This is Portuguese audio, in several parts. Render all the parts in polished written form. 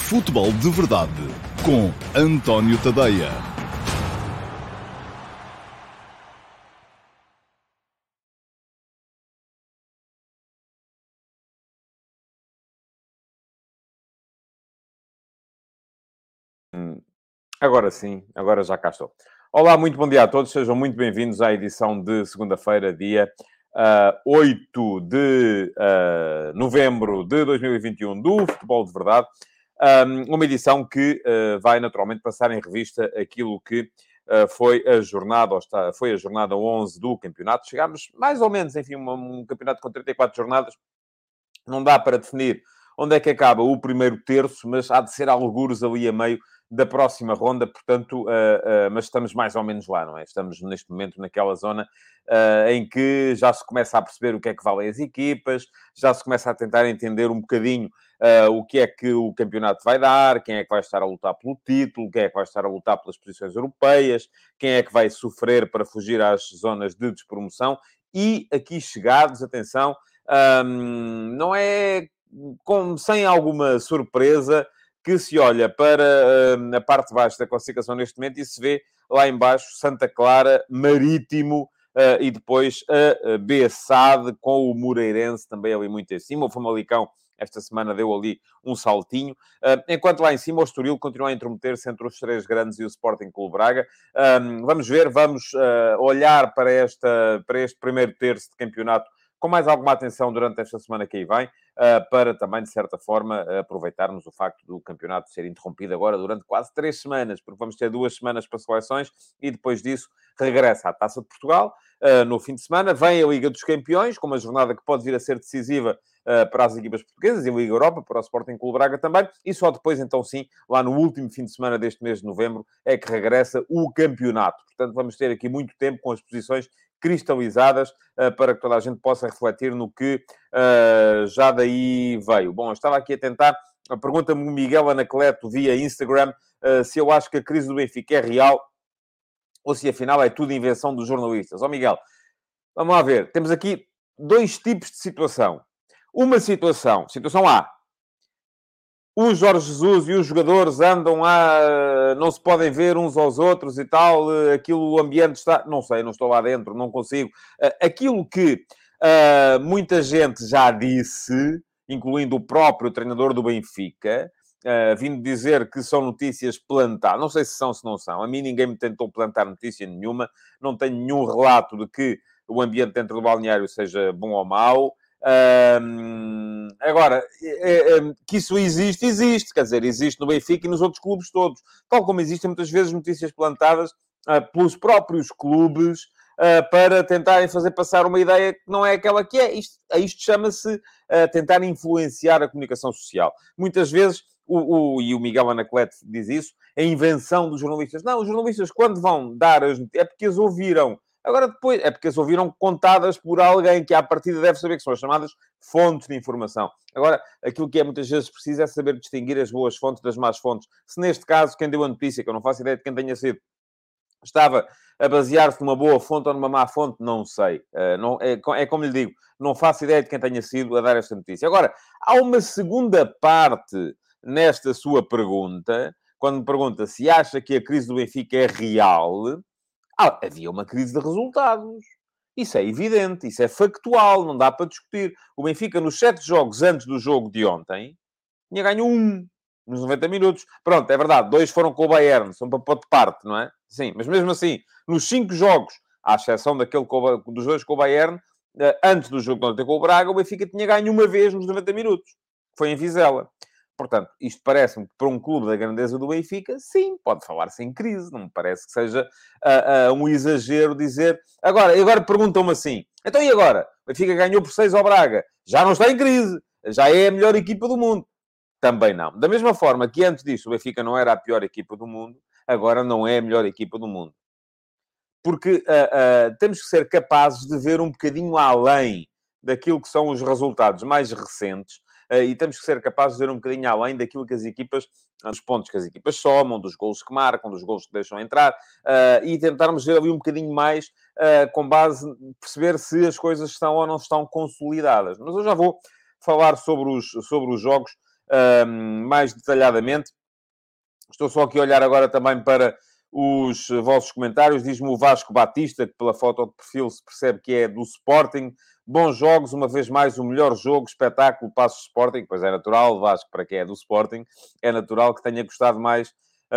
Futebol de Verdade com António Tadeia. Agora sim, agora já cá estou. Olá, muito bom dia a todos, sejam muito bem-vindos à edição de segunda-feira, dia 8 de novembro de 2021 do Futebol de Verdade. Uma edição que vai naturalmente passar em revista aquilo que foi a jornada, foi a jornada 11 do campeonato. Chegámos mais ou menos, enfim, um campeonato com 34 jornadas. Não dá para definir onde é que acaba o primeiro terço, mas há de ser algures ali a meio da próxima ronda, portanto, mas estamos mais ou menos lá, não é? Estamos neste momento naquela zona em que já se começa a perceber o que é que valem as equipas, já se começa a tentar entender um bocadinho o que é que o campeonato vai dar, quem é que vai estar a lutar pelo título, quem é que vai estar a lutar pelas posições europeias, quem é que vai sofrer para fugir às zonas de despromoção. E aqui chegados, atenção, não é sem alguma surpresa que se olha para a parte de baixo da classificação neste momento e se vê lá embaixo Santa Clara, Marítimo e depois a Bessade com o Moreirense também ali muito em cima. O Famalicão esta semana deu ali um saltinho. Enquanto lá em cima o Estoril continua a intrometer-se entre os três grandes e o Sporting Clube Braga. Vamos ver, vamos olhar para este primeiro terço de campeonato com mais alguma atenção durante esta semana que aí vem, para também, de certa forma, aproveitarmos o facto do campeonato ser interrompido agora durante quase 3 semanas, porque vamos ter 2 semanas para seleções e depois disso regressa à Taça de Portugal. No fim de semana vem a Liga dos Campeões, com uma jornada que pode vir a ser decisiva para as equipas portuguesas e a Liga Europa, para o Sporting Clube Braga também, e só depois, então sim, lá no último fim de semana deste mês de novembro, é que regressa o campeonato. Portanto, vamos ter aqui muito tempo com as posições cristalizadas para que toda a gente possa refletir no que já daí veio. Bom, eu estava aqui a tentar, pergunta-me o Miguel Anacleto via Instagram se eu acho que a crise do Benfica é real ou se afinal é tudo invenção dos jornalistas. Ó Miguel, vamos lá ver, temos aqui 2 tipos de situação. Uma situação A, o Jorge Jesus e os jogadores andam não se podem ver uns aos outros e tal, aquilo, o ambiente está... Não sei, não estou lá dentro, não consigo. Aquilo que muita gente já disse, incluindo o próprio treinador do Benfica, vindo dizer que são notícias plantadas. Não sei se são, se não são. A mim ninguém me tentou plantar notícia nenhuma. Não tenho nenhum relato de que o ambiente dentro do balneário seja bom ou mau. Agora, que isso existe, quer dizer, existe no Benfica e nos outros clubes todos, tal como existem muitas vezes notícias plantadas pelos próprios clubes para tentarem fazer passar uma ideia que não é aquela que é. Isto chama-se tentar influenciar a comunicação social. Muitas vezes, e o Miguel Anacleto diz isso, a invenção dos jornalistas. Não, os jornalistas, quando vão dar as notícias, é porque as ouviram. Agora, depois, é porque as ouviram contadas por alguém que, à partida, deve saber que são as chamadas fontes de informação. Agora, aquilo que é muitas vezes preciso é saber distinguir as boas fontes das más fontes. Se, neste caso, quem deu a notícia, que eu não faço ideia de quem tenha sido, estava a basear-se numa boa fonte ou numa má fonte, não sei. É como lhe digo, não faço ideia de quem tenha sido a dar esta notícia. Agora, há uma segunda parte nesta sua pergunta, quando me pergunta se acha que a crise do Benfica é real. Havia uma crise de resultados. Isso é evidente, isso é factual, não dá para discutir. O Benfica, nos 7 jogos antes do jogo de ontem, tinha ganho 1 nos 90 minutos. Pronto, é verdade, 2 foram com o Bayern, são para pôr de parte, não é? Sim, mas mesmo assim, nos 5 jogos, à exceção dos 2 com o Bayern, antes do jogo de ontem com o Braga, o Benfica tinha ganho uma vez nos 90 minutos. Foi em Vizela. Portanto, isto parece-me que para um clube da grandeza do Benfica, sim, pode falar-se em crise. Não me parece que seja um exagero dizer... Agora perguntam-me assim, então e agora? O Benfica ganhou por 6 ao Braga. Já não está em crise. Já é a melhor equipa do mundo. Também não. Da mesma forma que antes disso o Benfica não era a pior equipa do mundo, agora não é a melhor equipa do mundo. Porque temos que ser capazes de ver um bocadinho além daquilo que são os resultados mais recentes e temos que ser capazes de ver um bocadinho além daquilo que as equipas, dos pontos que as equipas somam, dos golos que marcam, dos golos que deixam entrar e tentarmos ver ali um bocadinho mais com base, perceber se as coisas estão ou não estão consolidadas. Mas eu já vou falar sobre os jogos mais detalhadamente. Estou só aqui a olhar agora também para os vossos comentários. Diz-me o Vasco Batista, que pela foto de perfil se percebe que é do Sporting. Bons jogos, uma vez mais, o melhor jogo, espetáculo, Paços Sporting. Pois é natural, Vasco, para quem é do Sporting, é natural que tenha gostado mais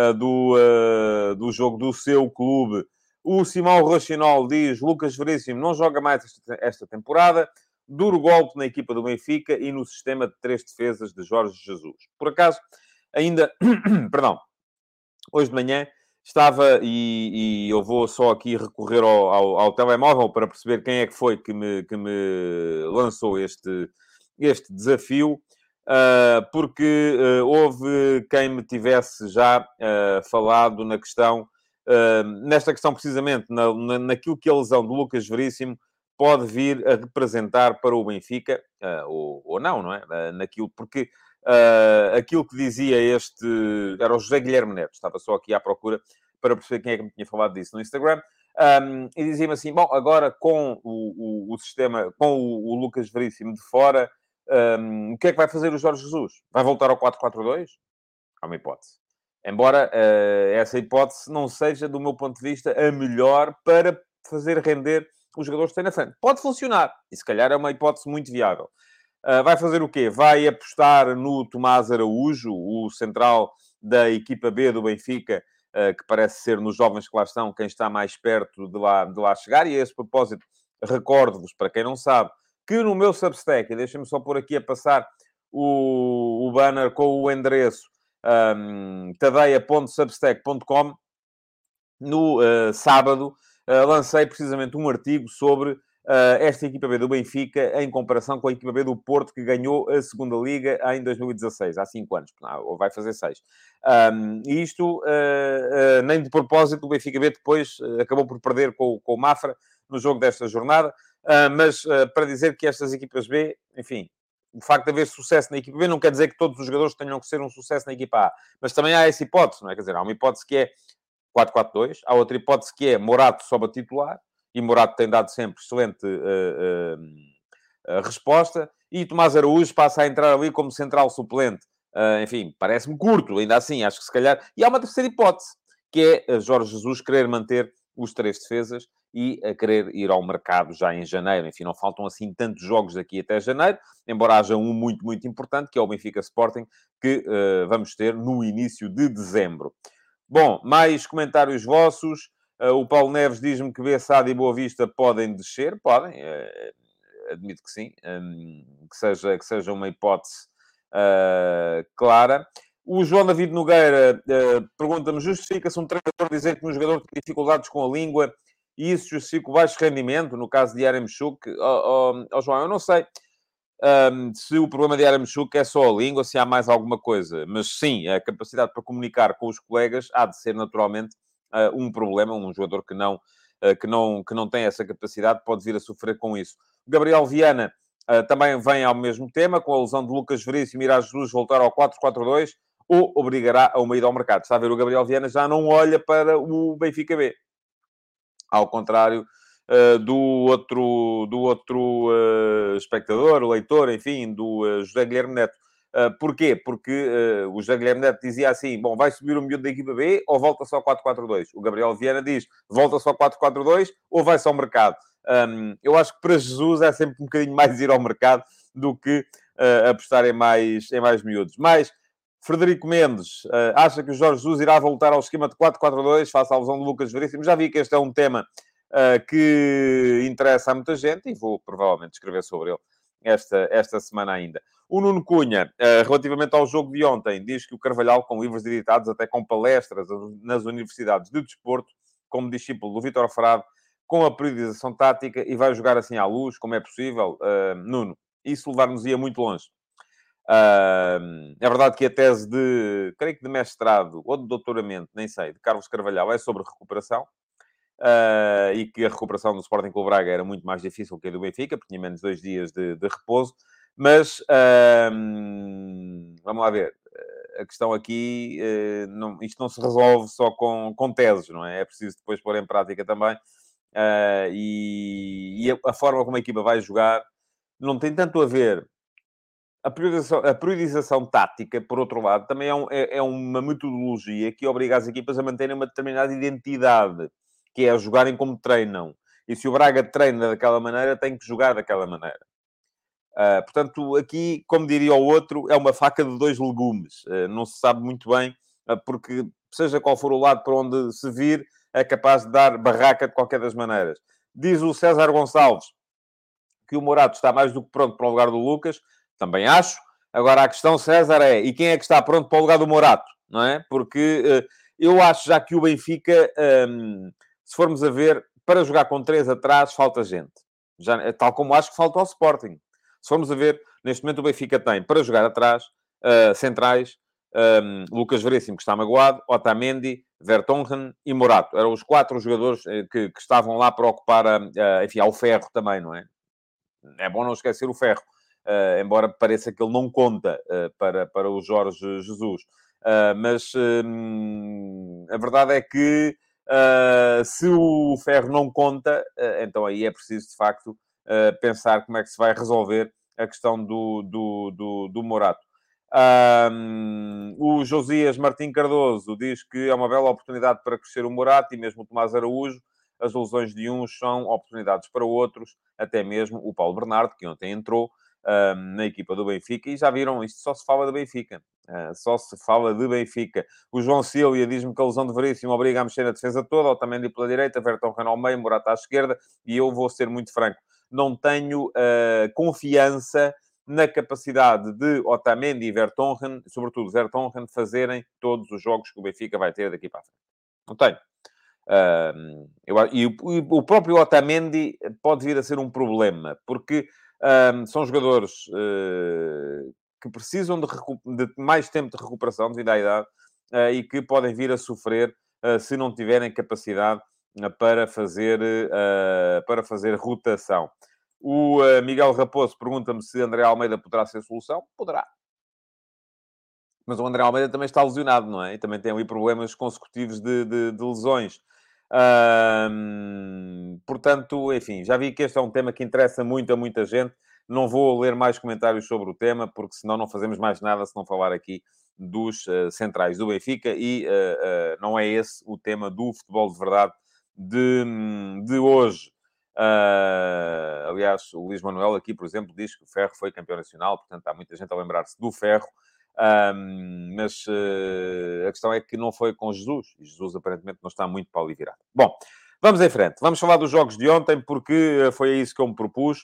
do jogo do seu clube. O Simão Rochinol diz, Lucas Veríssimo não joga mais esta temporada. Duro golpe na equipa do Benfica e no sistema de 3 defesas de Jorge Jesus. Por acaso, ainda, perdão, hoje de manhã estava, e eu vou só aqui recorrer ao telemóvel para perceber quem é que foi que me lançou este desafio, porque houve quem me tivesse já falado na questão, nesta questão precisamente, naquilo que a lesão do Lucas Veríssimo pode vir a representar para o Benfica, ou não, não é? Naquilo, porque aquilo que dizia era o José Guilherme Neto, estava só aqui à procura para perceber quem é que me tinha falado disso no Instagram, e dizia-me assim, bom, agora com o sistema, com o Lucas Veríssimo de fora, o que é que vai fazer o Jorge Jesus? Vai voltar ao 4-4-2? Há uma hipótese. Embora essa hipótese não seja, do meu ponto de vista, a melhor para fazer render os jogadores que têm na frente. Pode funcionar, e se calhar é uma hipótese muito viável. Vai fazer o quê? Vai apostar no Tomás Araújo, o central da equipa B do Benfica, que parece ser nos jovens que lá estão, quem está mais perto de lá chegar. E a esse propósito, recordo-vos, para quem não sabe, que no meu Substack, e deixem-me só pôr aqui a passar o banner com o endereço tadeia.substack.com, no sábado, lancei precisamente um artigo sobre esta equipa B do Benfica em comparação com a equipa B do Porto, que ganhou a segunda Liga em 2016, há 5 anos, ou vai fazer 6. E isto, nem de propósito, o Benfica B depois acabou por perder com o Mafra no jogo desta jornada, mas para dizer que estas equipas B, enfim, o facto de haver sucesso na equipa B não quer dizer que todos os jogadores tenham que ser um sucesso na equipa A, mas também há essa hipótese, não é? Quer dizer, há uma hipótese que é 4-4-2. Há outra hipótese que é Morato sobe a titular, e Morato tem dado sempre excelente resposta, e Tomás Araújo passa a entrar ali como central suplente. Enfim, parece-me curto, ainda assim, acho que se calhar... E há uma terceira hipótese, que é Jorge Jesus querer manter os 3 defesas e a querer ir ao mercado já em janeiro. Enfim, não faltam assim tantos jogos daqui até janeiro, embora haja um muito, muito importante, que é o Benfica Sporting, que vamos ter no início de dezembro. Bom, mais comentários vossos. O Paulo Neves diz-me que Bessade e Boa Vista podem descer. Podem, admito que sim. Que seja uma hipótese clara. O João David Nogueira pergunta-me, justifica-se um treinador dizer que um jogador tem dificuldades com a língua e isso justifica o baixo rendimento, no caso de Yaremchuk? João, eu não sei se o problema de Yaremchuk é só a língua, se há mais alguma coisa. Mas sim, a capacidade para comunicar com os colegas há de ser naturalmente um problema. Um jogador que não tem essa capacidade pode vir a sofrer com isso. Gabriel Viana também vem ao mesmo tema, com a lesão de Lucas Veríssimo, irá Jesus voltar ao 4-4-2 ou obrigará a uma ida ao mercado. Está a ver, o Gabriel Viana já não olha para o Benfica B. Ao contrário do outro espectador, leitor, enfim, do José Guilherme Neto. Porquê? Porque o José Guilherme Neto dizia assim, bom, vai subir o miúdo da equipa B ou volta só 4-4-2? O Gabriel Viana diz, volta só 4-4-2 ou vai-se ao mercado? Eu acho que para Jesus é sempre um bocadinho mais ir ao mercado do que apostar em mais miúdos. Mas Frederico Mendes acha que o Jorge Jesus irá voltar ao esquema de 4-4-2 face à lesão do Lucas Veríssimo. Já vi que este é um tema que interessa a muita gente e vou provavelmente escrever sobre ele esta semana ainda. O Nuno Cunha, relativamente ao jogo de ontem, diz que o Carvalhal, com livros editados, até com palestras nas universidades de desporto, como discípulo do Vítor Frade, com a periodização tática, e vai jogar assim à luz, como é possível. Nuno, isso levar-nos-ia muito longe. É verdade que a tese creio que de mestrado ou de doutoramento, nem sei, de Carlos Carvalhal é sobre recuperação. E que a recuperação do Sporting Clube Braga era muito mais difícil que a do Benfica, porque tinha menos 2 dias de repouso. Mas, vamos lá ver. A questão aqui, isto não se resolve só com teses, não é? É preciso depois pôr em prática também. E a forma como a equipa vai jogar não tem tanto a ver a periodização tática, por outro lado, também é uma metodologia que obriga as equipas a manterem uma determinada identidade, que é a jogarem como treinam. E se o Braga treina daquela maneira, tem que jogar daquela maneira. Portanto, aqui, como diria o outro, é uma faca de dois legumes. Não se sabe muito bem, porque seja qual for o lado para onde se vir, é capaz de dar barraca de qualquer das maneiras. Diz o César Gonçalves que o Morato está mais do que pronto para o lugar do Lucas. Também acho. Agora, a questão, César, é... E quem é que está pronto para o lugar do Morato? Não é? Porque eu acho já que o Benfica, se formos a ver, para jogar com 3 atrás, falta gente. Já, tal como acho que falta ao Sporting. Se formos a ver, neste momento o Benfica tem, para jogar atrás, centrais, Lucas Veríssimo, que está magoado, Otamendi, Vertonghen e Morato. Eram os 4 jogadores que estavam lá para ocupar, enfim, ao ferro também, não é? É bom não esquecer o Ferro, embora pareça que ele não conta para o Jorge Jesus. Mas a verdade é que se o Ferro não conta, então aí é preciso, de facto, pensar como é que se vai resolver a questão do Morato. O Josias Martim Cardoso diz que é uma bela oportunidade para crescer o Morato e mesmo o Tomás Araújo. As lesões de uns são oportunidades para outros, até mesmo o Paulo Bernardo, que ontem entrou na equipa do Benfica, e já viram, isto só se fala de Benfica. Só se fala de Benfica. O João Silvia diz-me que a lesão de Veríssimo obriga a mexer na defesa toda, ou também de pela direita, Vertonghen ao meio, Morata à esquerda, e eu vou ser muito franco. Não tenho confiança na capacidade de Otamendi e Vertonghen, sobretudo Vertonghen, fazerem todos os jogos que o Benfica vai ter daqui para a frente. Não tenho. E o próprio Otamendi pode vir a ser um problema, porque são jogadores que precisam de mais tempo de recuperação devido à idade e que podem vir a sofrer se não tiverem capacidade para fazer rotação. O Miguel Raposo pergunta-me se André Almeida poderá ser solução. Poderá. Mas o André Almeida também está lesionado, não é? E também tem ali problemas consecutivos de lesões. Portanto, enfim, já vi que este é um tema que interessa muito a muita gente. Não vou ler mais comentários sobre o tema, porque senão não fazemos mais nada se não falar aqui dos centrais do Benfica. E não é esse o tema do futebol de verdade de hoje. Aliás, o Luís Manuel aqui, por exemplo, diz que o Ferro foi campeão nacional. Portanto, há muita gente a lembrar-se do Ferro. Mas a questão é que não foi com Jesus. E Jesus, aparentemente, não está muito para ali virado. Bom, vamos em frente. Vamos falar dos jogos de ontem, porque foi a isso que eu me propus.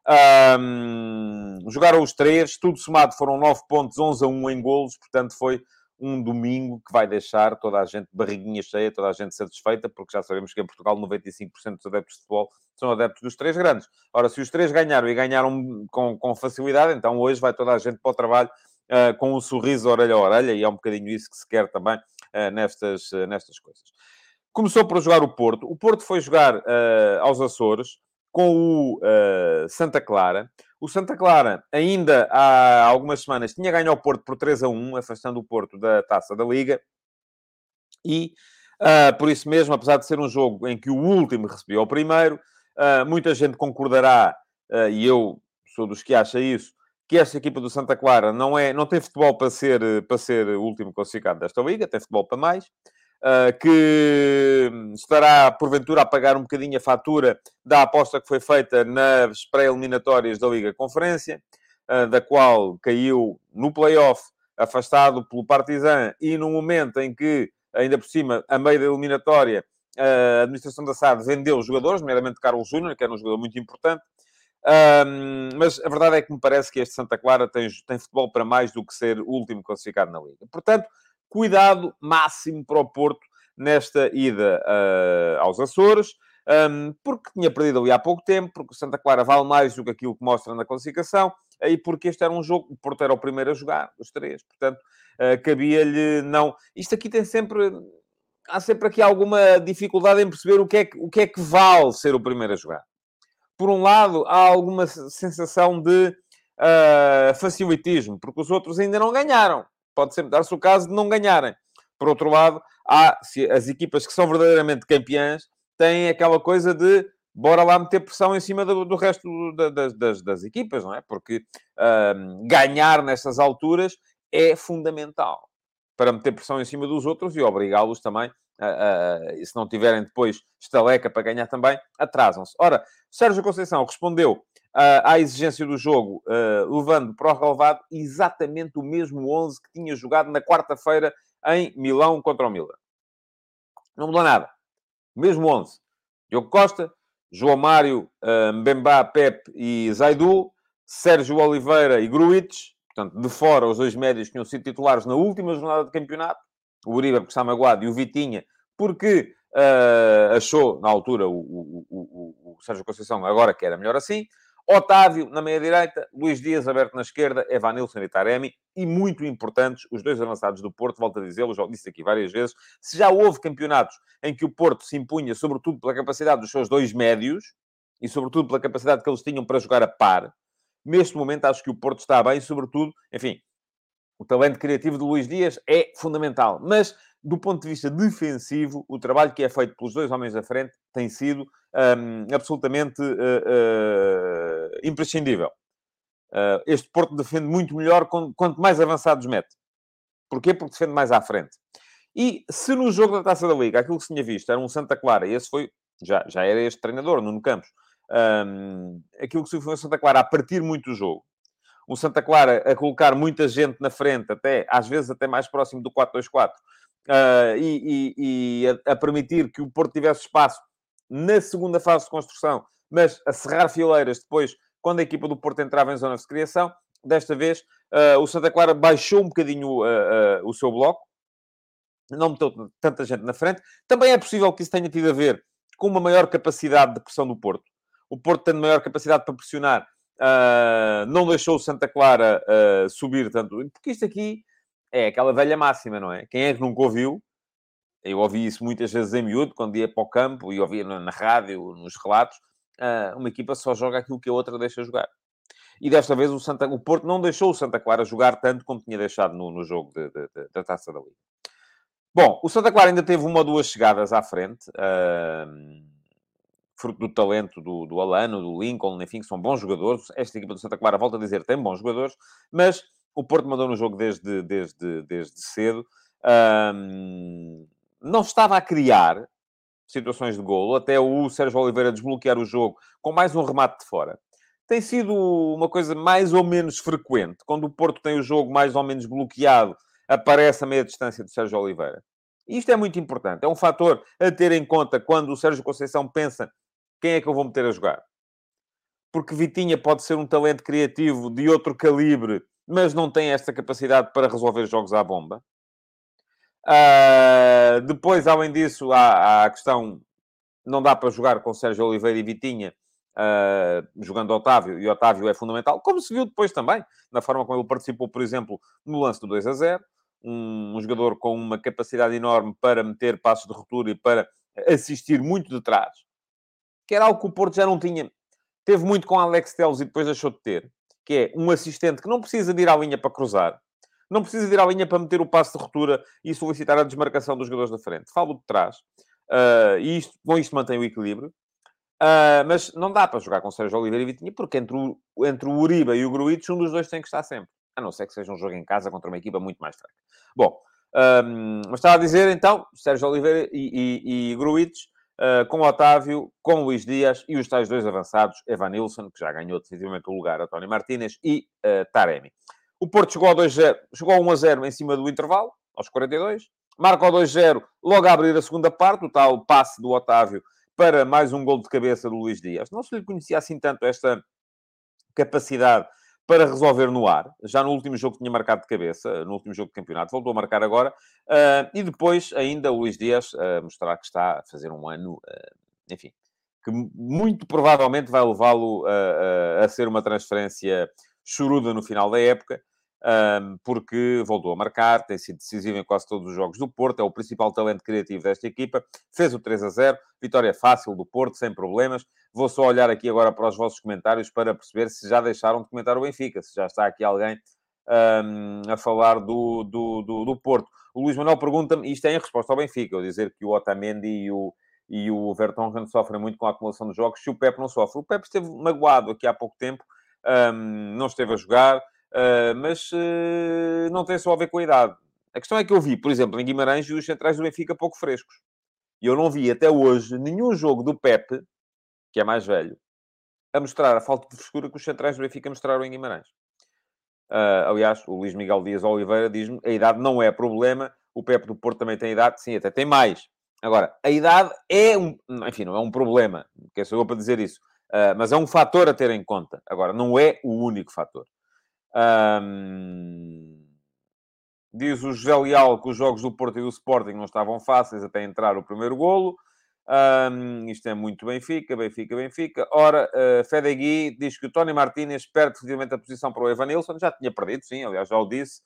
Jogaram os 3. Tudo somado foram 9 pontos, 11-1 em golos. Portanto, foi um domingo que vai deixar toda a gente barriguinha cheia, toda a gente satisfeita, porque já sabemos que em Portugal 95% dos adeptos de futebol são adeptos dos 3 grandes. Ora, se os 3 ganharam e ganharam com facilidade, então hoje vai toda a gente para o trabalho com um sorriso orelha a orelha, e é um bocadinho isso que se quer também nestas coisas. Começou por jogar o Porto. O Porto foi jogar aos Açores com o Santa Clara. O Santa Clara, ainda há algumas semanas, tinha ganho ao Porto por 3-1, afastando o Porto da Taça da Liga. E, por isso mesmo, apesar de ser um jogo em que o último recebeu o primeiro, muita gente concordará, e eu sou dos que acha isso, que esta equipa do Santa Clara não tem futebol para ser o último classificado desta Liga, tem futebol para mais, que estará, porventura, a pagar um bocadinho a fatura da aposta que foi feita nas pré-eliminatórias da Liga Conferência, da qual caiu no play-off, afastado pelo Partizan, e no momento em que, ainda por cima, a meio da eliminatória, a administração da SAD vendeu os jogadores, nomeadamente Carlos Júnior, que era um jogador muito importante. Mas a verdade é que me parece que este Santa Clara tem futebol para mais do que ser o último classificado na Liga. Portanto, cuidado máximo para o Porto nesta ida aos Açores, porque tinha perdido ali há pouco tempo, porque o Santa Clara vale mais do que aquilo que mostra na classificação, e porque este era um jogo, o Porto era o primeiro a jogar, os 3, portanto, cabia-lhe não... Isto aqui há sempre aqui alguma dificuldade em perceber o que é que vale ser o primeiro a jogar. Por um lado, há alguma sensação de facilitismo, porque os outros ainda não ganharam. Pode sempre dar-se o caso de não ganharem. Por outro lado, as equipas que são verdadeiramente campeãs têm aquela coisa de bora lá meter pressão em cima do resto das equipas, não é? Porque ganhar nestas alturas é fundamental para meter pressão em cima dos outros e obrigá-los também, e se não tiverem depois estaleca para ganhar também, atrasam-se. Ora, Sérgio Conceição respondeu à exigência do jogo, levando para o relevado exatamente o mesmo 11 que tinha jogado na quarta-feira em Milão contra o Milan. Não mudou nada. Mesmo 11. Diogo Costa, João Mário, Mbemba, Pepe e Zaidu, Sérgio Oliveira e Gruitch, portanto, de fora os dois médios que tinham sido titulares na última jornada de campeonato, o Uribe porque está magoado e o Vitinha porque achou, na altura, o Sérgio Conceição agora que era melhor assim. Otávio na meia-direita, Luís Dias aberto na esquerda, Evanilson e Taremi, e muito importantes, os dois avançados do Porto, volto a dizê-lo, já disse aqui várias vezes, se já houve campeonatos em que o Porto se impunha, sobretudo pela capacidade dos seus dois médios, e sobretudo pela capacidade que eles tinham para jogar a par, neste momento acho que o Porto está bem, sobretudo, enfim, o talento criativo de Luís Dias é fundamental, mas do ponto de vista defensivo, o trabalho que é feito pelos dois homens da frente tem sido absolutamente imprescindível. Este Porto defende muito melhor quanto mais avançados mete. Porquê? Porque defende mais à frente. E se no jogo da Taça da Liga aquilo que se tinha visto era um Santa Clara, e esse foi, já era este treinador, Nuno Campos, aquilo que se viu foi um Santa Clara a partir muito do jogo, um Santa Clara a colocar muita gente na frente, até, às vezes até mais próximo do 4-2-4, e a permitir que o Porto tivesse espaço na segunda fase de construção, mas a cerrar fileiras depois, quando a equipa do Porto entrava em zonas de criação. Desta vez, o Santa Clara baixou um bocadinho o seu bloco, não meteu tanta gente na frente. Também é possível que isso tenha tido a ver com uma maior capacidade de pressão do Porto. O Porto, tendo maior capacidade para pressionar, não deixou o Santa Clara subir tanto. Porque isto aqui é aquela velha máxima, não é? Quem é que nunca ouviu? Eu ouvi isso muitas vezes em miúdo, quando ia para o campo, e ouvia na rádio, nos relatos. Uma equipa só joga aquilo que a outra deixa jogar. E desta vez o Porto não deixou o Santa Clara jogar tanto como tinha deixado no jogo da Taça da Liga. Bom, o Santa Clara ainda teve uma ou duas chegadas à frente, fruto do talento do Alano, do Lincoln, enfim, que são bons jogadores. Esta equipa do Santa Clara, volto a dizer, tem bons jogadores, mas o Porto mandou no jogo desde cedo. Não estava a criar situações de golo, até o Sérgio Oliveira desbloquear o jogo com mais um remate de fora. Tem sido uma coisa mais ou menos frequente. Quando o Porto tem o jogo mais ou menos bloqueado, aparece a meia distância do Sérgio Oliveira. E isto é muito importante. É um fator a ter em conta quando o Sérgio Conceição pensa quem é que eu vou meter a jogar. Porque Vitinha pode ser um talento criativo de outro calibre, mas não tem esta capacidade para resolver jogos à bomba. Depois, além disso, há a questão... Não dá para jogar com Sérgio Oliveira e Vitinha jogando Otávio, e Otávio é fundamental, como se viu depois também, na forma como ele participou, por exemplo, no lance do 2-0. Um jogador com uma capacidade enorme para meter passos de ruptura e para assistir muito de trás, que era algo que o Porto já não tinha. Teve muito com Alex Telles e depois deixou de ter, que é um assistente que não precisa de ir à linha para cruzar, não precisa de ir à linha para meter o passo de ruptura e solicitar a desmarcação dos jogadores da frente. Falo de trás. E com isto mantém o equilíbrio. Mas não dá para jogar com Sérgio Oliveira e Vitinha, porque entre o Uribe e o Gruitch, um dos dois tem que estar sempre. A não ser que seja um jogo em casa contra uma equipa muito mais fraca. Bom, mas estava a dizer, então, Sérgio Oliveira e Gruitch, com Otávio, com Luís Dias e os tais dois avançados, Evanilson, que já ganhou definitivamente o lugar, a Tony Martínez, e Taremi. O Porto chegou ao 1-0 em cima do intervalo, aos 42. Marca ao 2-0, logo a abrir a segunda parte, o tal passe do Otávio para mais um gol de cabeça do Luís Dias. Não se lhe conhecia assim tanto esta capacidade para resolver no ar. Já no último jogo tinha marcado de cabeça, no último jogo de campeonato, voltou a marcar agora. E depois, ainda, o Luís Dias mostrar que está a fazer um ano, enfim, que muito provavelmente vai levá-lo a ser uma transferência choruda no final da época, porque voltou a marcar, tem sido decisivo em quase todos os jogos do Porto, é o principal talento criativo desta equipa, fez o 3-0, vitória fácil do Porto, sem problemas. Vou só olhar aqui agora para os vossos comentários para perceber se já deixaram de comentar o Benfica, se já está aqui alguém a falar do Porto. O Luís Manuel pergunta-me, isto é em resposta ao Benfica, eu dizer que o Otamendi e o Vertonghen sofre muito com a acumulação de jogos, se o Pepe não sofre. O Pepe esteve magoado aqui há pouco tempo, não esteve a jogar, mas não tem só a ver com a idade. A questão é que eu vi, por exemplo, em Guimarães, os centrais do Benfica pouco frescos. E eu não vi até hoje nenhum jogo do Pepe, que é mais velho, a mostrar a falta de frescura que os centrais do Benfica mostraram em Guimarães. Aliás, o Luís Miguel Dias Oliveira diz-me a idade não é problema, o Pepe do Porto também tem idade, sim, até tem mais. Agora, a idade enfim, não é um problema, que sou eu para dizer isso, mas é um fator a ter em conta. Agora, não é o único fator. Diz o José Leal que os jogos do Porto e do Sporting não estavam fáceis até entrar o primeiro golo. Isto é muito Benfica, Benfica, Benfica. Ora, Fedegui diz que o Tony Martínez perde definitivamente a posição para o Evanilson. Já tinha perdido, sim, aliás, já o disse.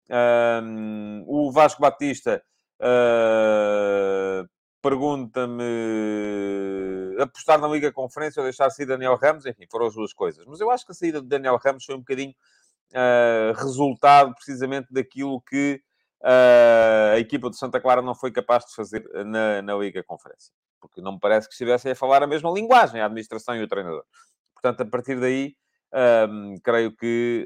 O Vasco Batista pergunta-me apostar na Liga Conferência ou deixar sair Daniel Ramos. Enfim, foram as duas coisas. Mas eu acho que a saída de Daniel Ramos foi um bocadinho resultado precisamente daquilo que a equipa do Santa Clara não foi capaz de fazer na Liga Conferência. Porque não me parece que estivessem a falar a mesma linguagem, a administração e o treinador. Portanto, a partir daí, creio que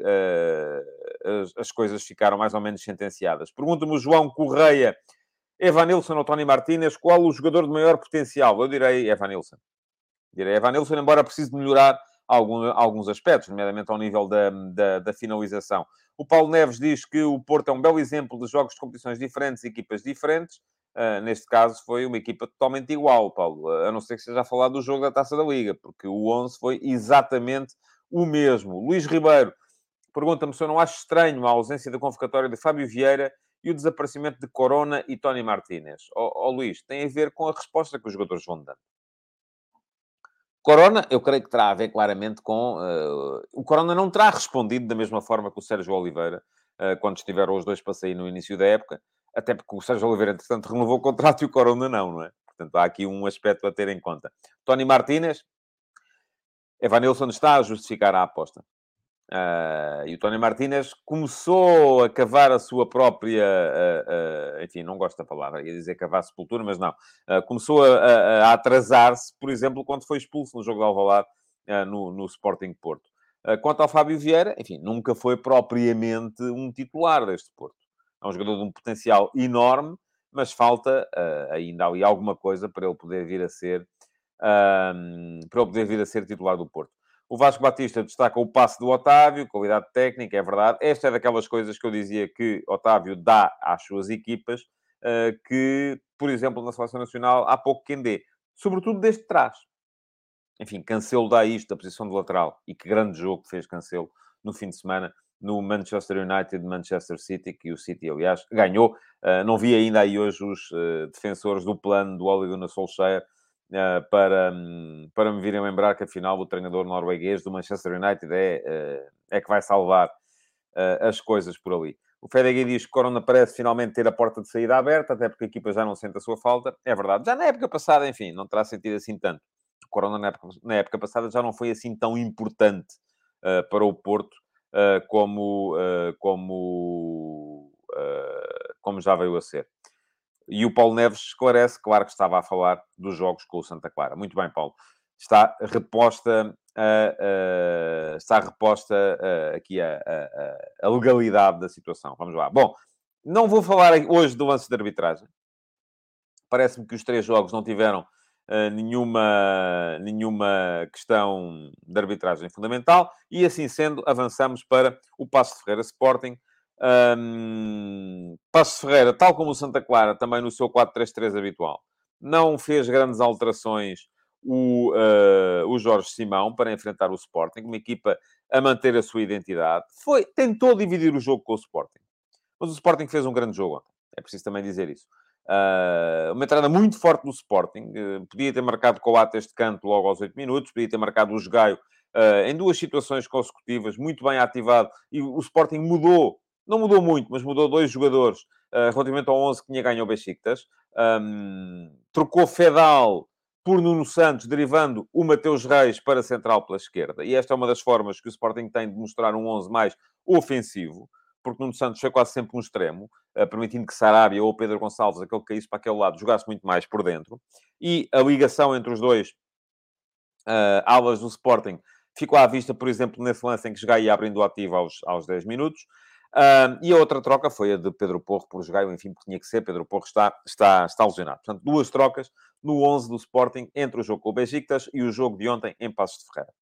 as coisas ficaram mais ou menos sentenciadas. Pergunta-me o João Correia, Evanilson ou Tony Martínez, qual o jogador de maior potencial? Eu direi Evanilson. Direi Evanilson, embora precise de melhorar alguns aspectos, nomeadamente ao nível da finalização. O Paulo Neves diz que o Porto é um belo exemplo de jogos de competições diferentes, equipas diferentes. Neste caso, foi uma equipa totalmente igual, Paulo. A não ser que esteja a falar do jogo da Taça da Liga, porque o 11 foi exatamente o mesmo. Luís Ribeiro pergunta-me se eu não acho estranho a ausência da convocatória de Fábio Vieira e o desaparecimento de Corona e Tony Martínez. Luís, tem a ver com a resposta que os jogadores vão dando. Corona, eu creio que terá a ver claramente com... o Corona não terá respondido da mesma forma que o Sérgio Oliveira, quando estiveram os dois para sair no início da época, até porque o Sérgio Oliveira, entretanto, renovou o contrato e o Corona não é? Portanto, há aqui um aspecto a ter em conta. Tony Martínez, Evanilson está a justificar a aposta. E o Tony Martínez começou a cavar a sua própria... enfim, não gosto da palavra, ia dizer cavar sepultura, mas não. Começou a atrasar-se, por exemplo, quando foi expulso no jogo de Alvalade, no Sporting Porto. Quanto ao Fábio Vieira, enfim, nunca foi propriamente um titular deste Porto. É um jogador de um potencial enorme, mas falta ainda ali alguma coisa para ele poder vir a ser... para ele poder vir a ser titular do Porto. O Vasco Batista destaca o passe do Otávio, qualidade técnica, é verdade. Esta é daquelas coisas que eu dizia que Otávio dá às suas equipas, que, por exemplo, na Seleção Nacional, há pouco quem dê. Sobretudo desde trás. Enfim, Cancelo dá isto da posição de lateral. E que grande jogo que fez Cancelo no fim de semana no Manchester United, Manchester City, que o City, aliás, ganhou. Não vi ainda aí hoje os defensores do plano do Ole Gunnar Solskjaer, para me virem lembrar que, afinal, o treinador norueguês do Manchester United é que vai salvar as coisas por ali. O Fedegui diz que Corona parece finalmente ter a porta de saída aberta, até porque a equipa já não sente a sua falta. É verdade. Já na época passada, enfim, não terá sentido assim tanto. O Corona, na época passada, já não foi assim tão importante para o Porto como já veio a ser. E o Paulo Neves esclarece, claro que estava a falar dos jogos com o Santa Clara. Muito bem, Paulo. Está reposta aqui a legalidade da situação. Vamos lá. Bom, não vou falar hoje do lance de arbitragem. Parece-me que os 3 jogos não tiveram nenhuma questão de arbitragem fundamental. E assim sendo, avançamos para o Paços de Ferreira Sporting. Paços de Ferreira, tal como o Santa Clara, também no seu 4-3-3 habitual, não fez grandes alterações o Jorge Simão para enfrentar o Sporting, uma equipa a manter a sua identidade. Tentou dividir o jogo com o Sporting, mas o Sporting fez um grande jogo ontem. É preciso também dizer isso. Uma entrada muito forte do Sporting. Podia ter marcado Coates este canto logo aos 8 minutos, podia ter marcado o Jogaio em 2 situações consecutivas, muito bem ativado, e o Sporting mudou. Não mudou muito, mas mudou 2 jogadores relativamente ao 11 que tinha ganho o Besiktas. Trocou Fedal por Nuno Santos, derivando o Mateus Reis para central pela esquerda. E esta é uma das formas que o Sporting tem de mostrar um 11 mais ofensivo. porque Nuno Santos foi quase sempre um extremo, permitindo que Sarabia ou Pedro Gonçalves, aquele que caísse para aquele lado, jogasse muito mais por dentro. E a ligação entre os dois alas do Sporting ficou à vista, por exemplo, nesse lance em que Jogai ia abrindo o ativo aos 10 minutos. E a outra troca foi a de Pedro Porro por Jogai, enfim, porque tinha que ser. Pedro Porro está lesionado. Portanto, duas trocas no 11 do Sporting entre o jogo com o Besiktas e o jogo de ontem em Paços de Ferreira.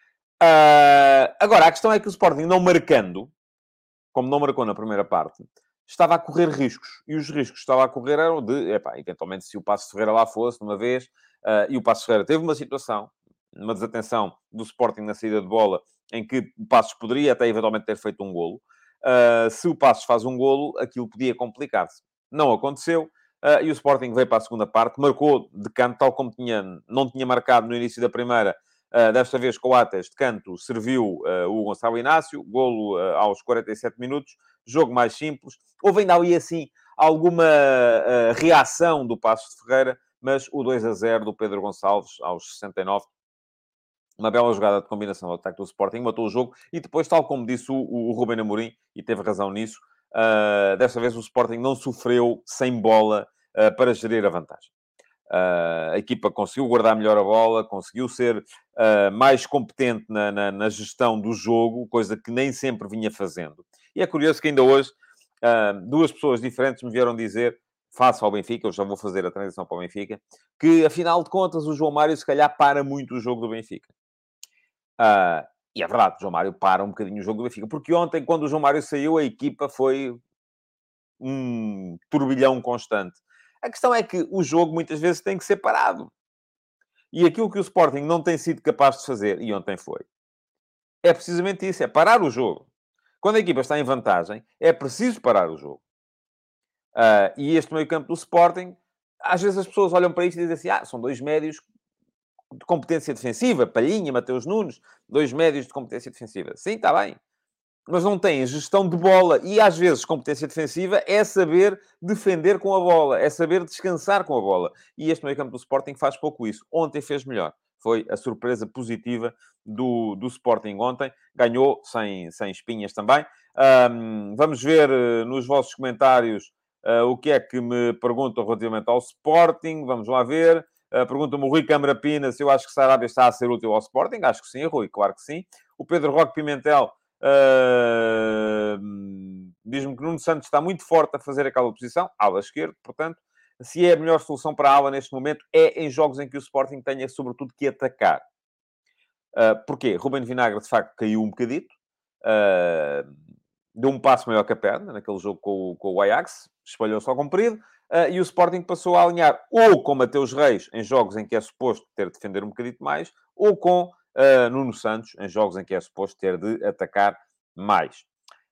Agora, a questão é que o Sporting, não marcando, como não marcou na primeira parte, estava a correr riscos. E os riscos que estava a correr eram de, eventualmente, se o Paços de Ferreira lá fosse, de uma vez, e o Paços de Ferreira teve uma situação, uma desatenção do Sporting na saída de bola, em que o Paços poderia até eventualmente ter feito um golo. Se o Paços faz um golo, aquilo podia complicar-se. Não aconteceu. E o Sporting veio para a segunda parte, marcou de canto, tal como não tinha marcado no início da primeira. Desta vez, Coates, de canto, serviu o Gonçalo Inácio. Golo aos 47 minutos. Jogo mais simples. Houve ainda ali, assim, alguma reação do Paços de Ferreira, mas o 2-0 do Pedro Gonçalves, aos 69, uma bela jogada de combinação do ataque do Sporting, matou o jogo. E depois, tal como disse o Ruben Amorim, e teve razão nisso, desta vez o Sporting não sofreu sem bola para gerir a vantagem. A equipa conseguiu guardar melhor a bola, conseguiu ser mais competente na gestão do jogo, coisa que nem sempre vinha fazendo. E é curioso que ainda hoje duas pessoas diferentes me vieram dizer, face ao Benfica, eu já vou fazer a transição para o Benfica, que afinal de contas o João Mário se calhar para muito o jogo do Benfica. E é verdade, o João Mário para um bocadinho o jogo do Benfica, porque ontem, quando o João Mário saiu, a equipa foi um turbilhão constante. A questão é que o jogo muitas vezes tem que ser parado. E aquilo que o Sporting não tem sido capaz de fazer, e ontem foi, é precisamente isso, é parar o jogo. Quando a equipa está em vantagem, é preciso parar o jogo. E este meio-campo do Sporting, às vezes as pessoas olham para isto e dizem assim, são dois médios de competência defensiva, Palhinha, Mateus Nunes, dois médios de competência defensiva. Sim, está bem. Mas não têm gestão de bola. E, às vezes, competência defensiva é saber defender com a bola, é saber descansar com a bola. E este meio-campo do Sporting faz pouco isso. Ontem fez melhor. Foi a surpresa positiva do Sporting ontem. Ganhou sem espinhas também. Vamos ver nos vossos comentários o que é que me perguntam relativamente ao Sporting. Vamos lá ver. Pergunta-me o Rui Câmara Pina se eu acho que Sarabia está a ser útil ao Sporting. Acho que sim, Rui, claro que sim. O Pedro Roque Pimentel diz-me que Nuno Santos está muito forte a fazer aquela posição, ala esquerda, portanto, se é a melhor solução para a ala neste momento, é em jogos em que o Sporting tenha, sobretudo, que atacar. Porquê? Ruben Vinagre, de facto, caiu um bocadito. Deu um passo maior que a perna, naquele jogo com o Ajax. Espalhou-se ao comprido. E o Sporting passou a alinhar ou com Mateus Reis, em jogos em que é suposto ter de defender um bocadito mais, ou com Nuno Santos, em jogos em que é suposto ter de atacar mais.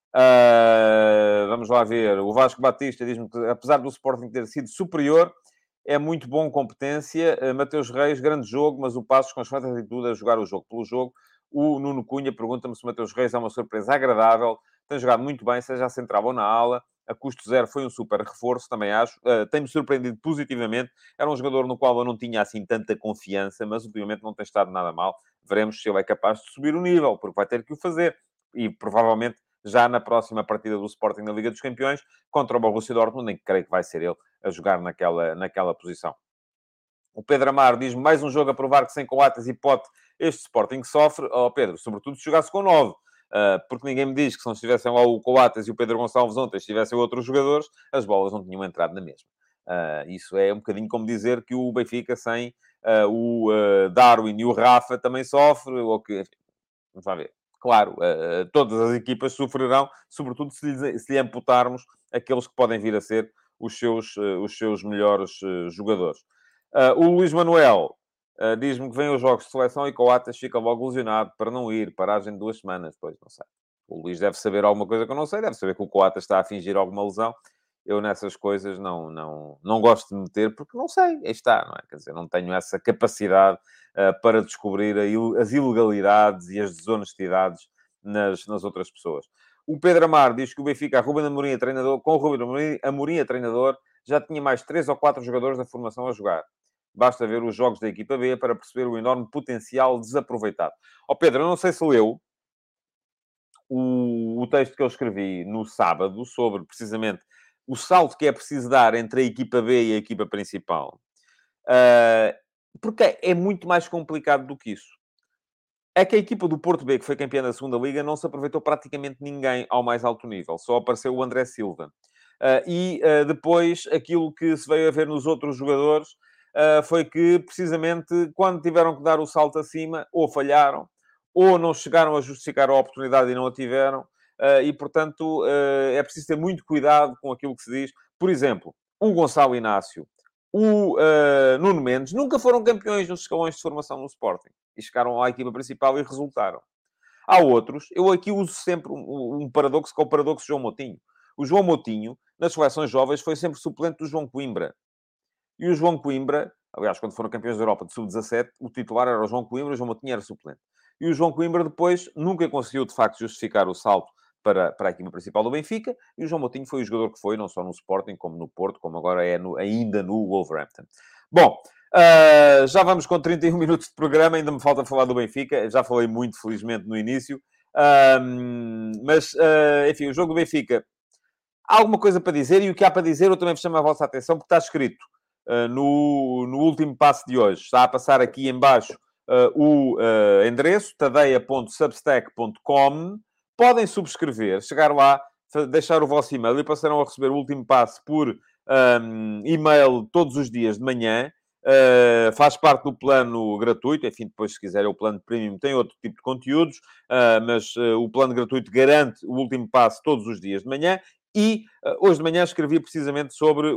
Vamos lá ver. O Vasco Batista diz-me que, apesar do Sporting ter sido superior, é muito bom competência. Mateus Reis, grande jogo, mas o Passos com excelente atitude a jogar o jogo pelo jogo. O Nuno Cunha pergunta-me se o Mateus Reis é uma surpresa agradável. Tem jogado muito bem, seja a central ou na ala. A custo zero foi um super reforço, também acho. Tem-me surpreendido positivamente. Era um jogador no qual eu não tinha, assim, tanta confiança, mas ultimamente não tem estado nada mal. Veremos se ele é capaz de subir o nível, porque vai ter que o fazer. E, provavelmente, já na próxima partida do Sporting na Liga dos Campeões, contra o Borussia Dortmund, em que creio que vai ser ele a jogar naquela posição. O Pedro Amaro diz-me mais um jogo a provar que sem Coates e Pote este Sporting sofre. Pedro, sobretudo se jogasse com 9. Porque ninguém me diz que se não estivessem lá o Coates e o Pedro Gonçalves ontem, estivessem outros jogadores, as bolas não tinham entrado na mesma. Isso é um bocadinho como dizer que o Benfica sem o Darwin e o Rafa também sofre, ou que... Enfim, vamos lá ver. Claro, todas as equipas sofrerão, sobretudo se lhe amputarmos aqueles que podem vir a ser os seus melhores jogadores. O Luís Manuel diz-me que vem aos jogos de seleção e Coates fica logo lesionado para não ir. Paragem de 2 semanas. Pois, não sei. O Luís deve saber alguma coisa que eu não sei. Deve saber que o Coates está a fingir alguma lesão. Eu nessas coisas não gosto de meter porque não sei. Aí está, não é? Quer dizer, não tenho essa capacidade para descobrir as ilegalidades e as desonestidades nas outras pessoas. O Pedro Amar diz que o Benfica, Ruben Amorim a treinador, com o Ruben Amorim a treinador, já tinha mais 3 ou 4 jogadores da formação a jogar. Basta ver os jogos da equipa B para perceber o enorme potencial desaproveitado. Pedro, eu não sei se leu o texto que eu escrevi no sábado sobre, precisamente, o salto que é preciso dar entre a equipa B e a equipa principal. Porque é muito mais complicado do que isso. É que a equipa do Porto B, que foi campeã da segunda Liga, não se aproveitou praticamente ninguém ao mais alto nível. Só apareceu o André Silva. Depois, aquilo que se veio a ver nos outros jogadores foi que, precisamente, quando tiveram que dar o salto acima, ou falharam, ou não chegaram a justificar a oportunidade e não a tiveram. E, portanto, é preciso ter muito cuidado com aquilo que se diz. Por exemplo, o Gonçalo Inácio, o Nuno Mendes, nunca foram campeões nos escalões de formação no Sporting. E chegaram à equipa principal e resultaram. Há outros, eu aqui uso sempre um paradoxo, que é o paradoxo João Moutinho. O João Moutinho, nas seleções jovens, foi sempre suplente do João Coimbra. E o João Coimbra, aliás, quando foram campeões da Europa de sub-17, o titular era o João Coimbra, o João Moutinho era suplente. E o João Coimbra depois nunca conseguiu, de facto, justificar o salto para a equipa principal do Benfica, e o João Moutinho foi o jogador que foi, não só no Sporting, como no Porto, como agora é ainda no Wolverhampton. Bom, já vamos com 31 minutos de programa, ainda me falta falar do Benfica, já falei muito, felizmente, no início. Enfim, o jogo do Benfica, há alguma coisa para dizer, e o que há para dizer eu também vos chamo a vossa atenção, porque está escrito no último passo de hoje. Está a passar aqui em baixo o endereço, tadeia.substack.com. Podem subscrever, chegar lá, deixar o vosso e-mail e passarão a receber o último passo por e-mail todos os dias de manhã. Faz parte do plano gratuito. Enfim, depois, se quiserem, o plano premium tem outro tipo de conteúdos, mas o plano gratuito garante o último passo todos os dias de manhã. E hoje de manhã escrevi precisamente sobre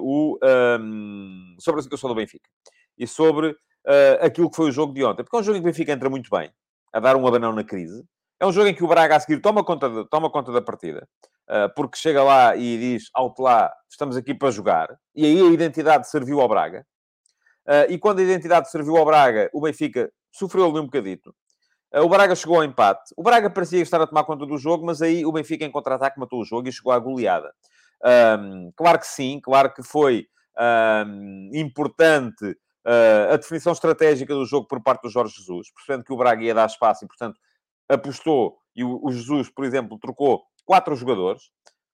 a situação do Benfica e sobre aquilo que foi o jogo de ontem. Porque é um jogo em que o Benfica entra muito bem, a dar um abanão na crise. É um jogo em que o Braga, a seguir, toma conta da partida, porque chega lá e diz, alto lá, estamos aqui para jogar. E aí a identidade serviu ao Braga. E quando a identidade serviu ao Braga, o Benfica sofreu ali um bocadito. O Braga chegou ao empate. O Braga parecia estar a tomar conta do jogo, mas aí o Benfica, em contra-ataque, matou o jogo e chegou à goleada. Claro que sim, claro que foi importante a definição estratégica do jogo por parte do Jorge Jesus, percebendo que o Braga ia dar espaço e, portanto, apostou, e o Jesus, por exemplo, trocou 4 jogadores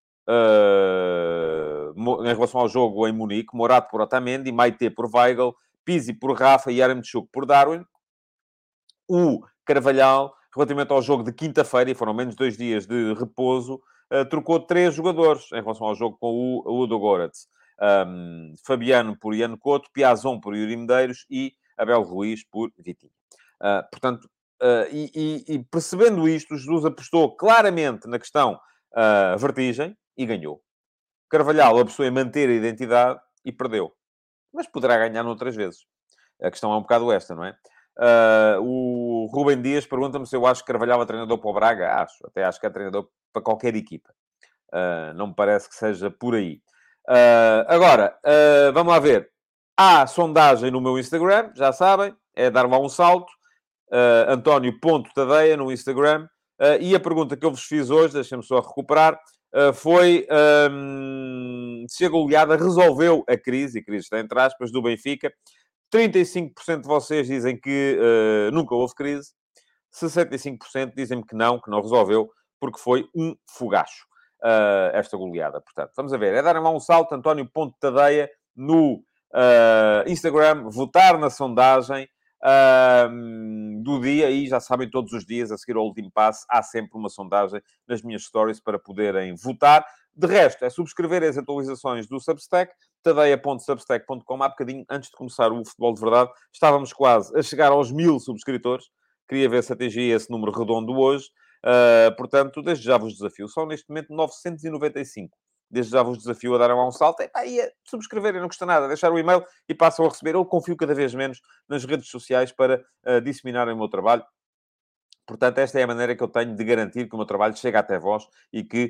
em relação ao jogo em Munique: Morato por Otamendi, Maite por Weigl, Pizzi por Rafa e Yaremchuk por Darwin. O Carvalhal, relativamente ao jogo de quinta-feira, e foram menos 2 dias de repouso, trocou 3 jogadores em relação ao jogo com o Udo Goretz. Fabiano por Ian Couto, Piazon por Yuri Medeiros e Abel Ruiz por Vitinho. Portanto, percebendo isto, Jesus apostou claramente na questão vertigem e ganhou. Carvalhal apostou em manter a identidade e perdeu. Mas poderá ganhar noutras vezes. A questão é um bocado esta, não é? O Rubem Dias pergunta-me se eu acho que Carvalhal é treinador para o Braga. Até acho que é treinador para qualquer equipa. Não me parece que seja por aí. Agora, vamos lá ver. Há sondagem no meu Instagram, já sabem, é dar lá um salto. António.tadeia no Instagram. E a pergunta que eu vos fiz hoje, deixem-me só recuperar, foi se a goleada resolveu a crise está entre aspas, do Benfica. 35% de vocês dizem que nunca houve crise. 65% dizem-me que não resolveu, porque foi um fogacho esta goleada. Portanto, vamos a ver. É darem lá um salto, António.tadeia no Instagram, votar na sondagem do dia, e já sabem, todos os dias, a seguir ao último passo, há sempre uma sondagem nas minhas stories para poderem votar. De resto, é subscrever as atualizações do Substack, tadeia.substack.com. Há bocadinho, antes de começar o Futebol de Verdade, estávamos quase a chegar aos 1000 subscritores. Queria ver se atingia esse número redondo hoje. Portanto, desde já vos desafio. São, neste momento, 995. Desde já vos desafio a darem lá um salto. E a subscreverem, não custa nada. Deixar o e-mail e passam a receber. Eu confio cada vez menos nas redes sociais para disseminarem o meu trabalho. Portanto, esta é a maneira que eu tenho de garantir que o meu trabalho chega até vós e que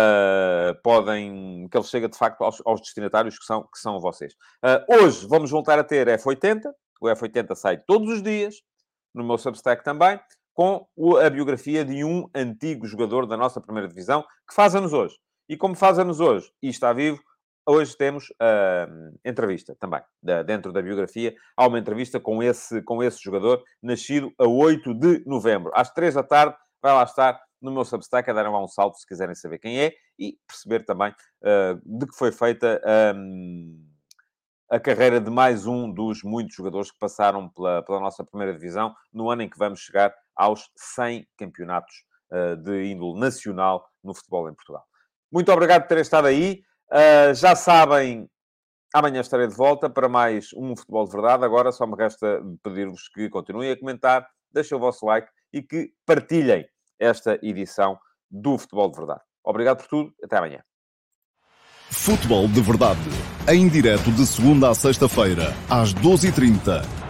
que ele chegue, de facto, aos destinatários que são vocês. Hoje vamos voltar a ter F80. O F80 sai todos os dias, no meu Substack também, com a biografia de um antigo jogador da nossa primeira divisão, que faz anos hoje. E como faz anos hoje e está vivo, hoje temos entrevista também. Dentro da biografia, há uma entrevista com esse jogador, nascido a 8 de novembro. Às 3 da tarde, vai lá estar no meu Substack, a darem lá um salto se quiserem saber quem é e perceber também de que foi feita a carreira de mais um dos muitos jogadores que passaram pela nossa primeira divisão, no ano em que vamos chegar aos 100 campeonatos de índole nacional no futebol em Portugal. Muito obrigado por terem estado aí. Já sabem, amanhã estarei de volta para mais um Futebol de Verdade. Agora só me resta pedir-vos que continuem a comentar, deixem o vosso like e que partilhem esta edição do Futebol de Verdade. Obrigado por tudo. Até amanhã. Futebol de Verdade. Em direto de segunda a sexta-feira, às 12h30.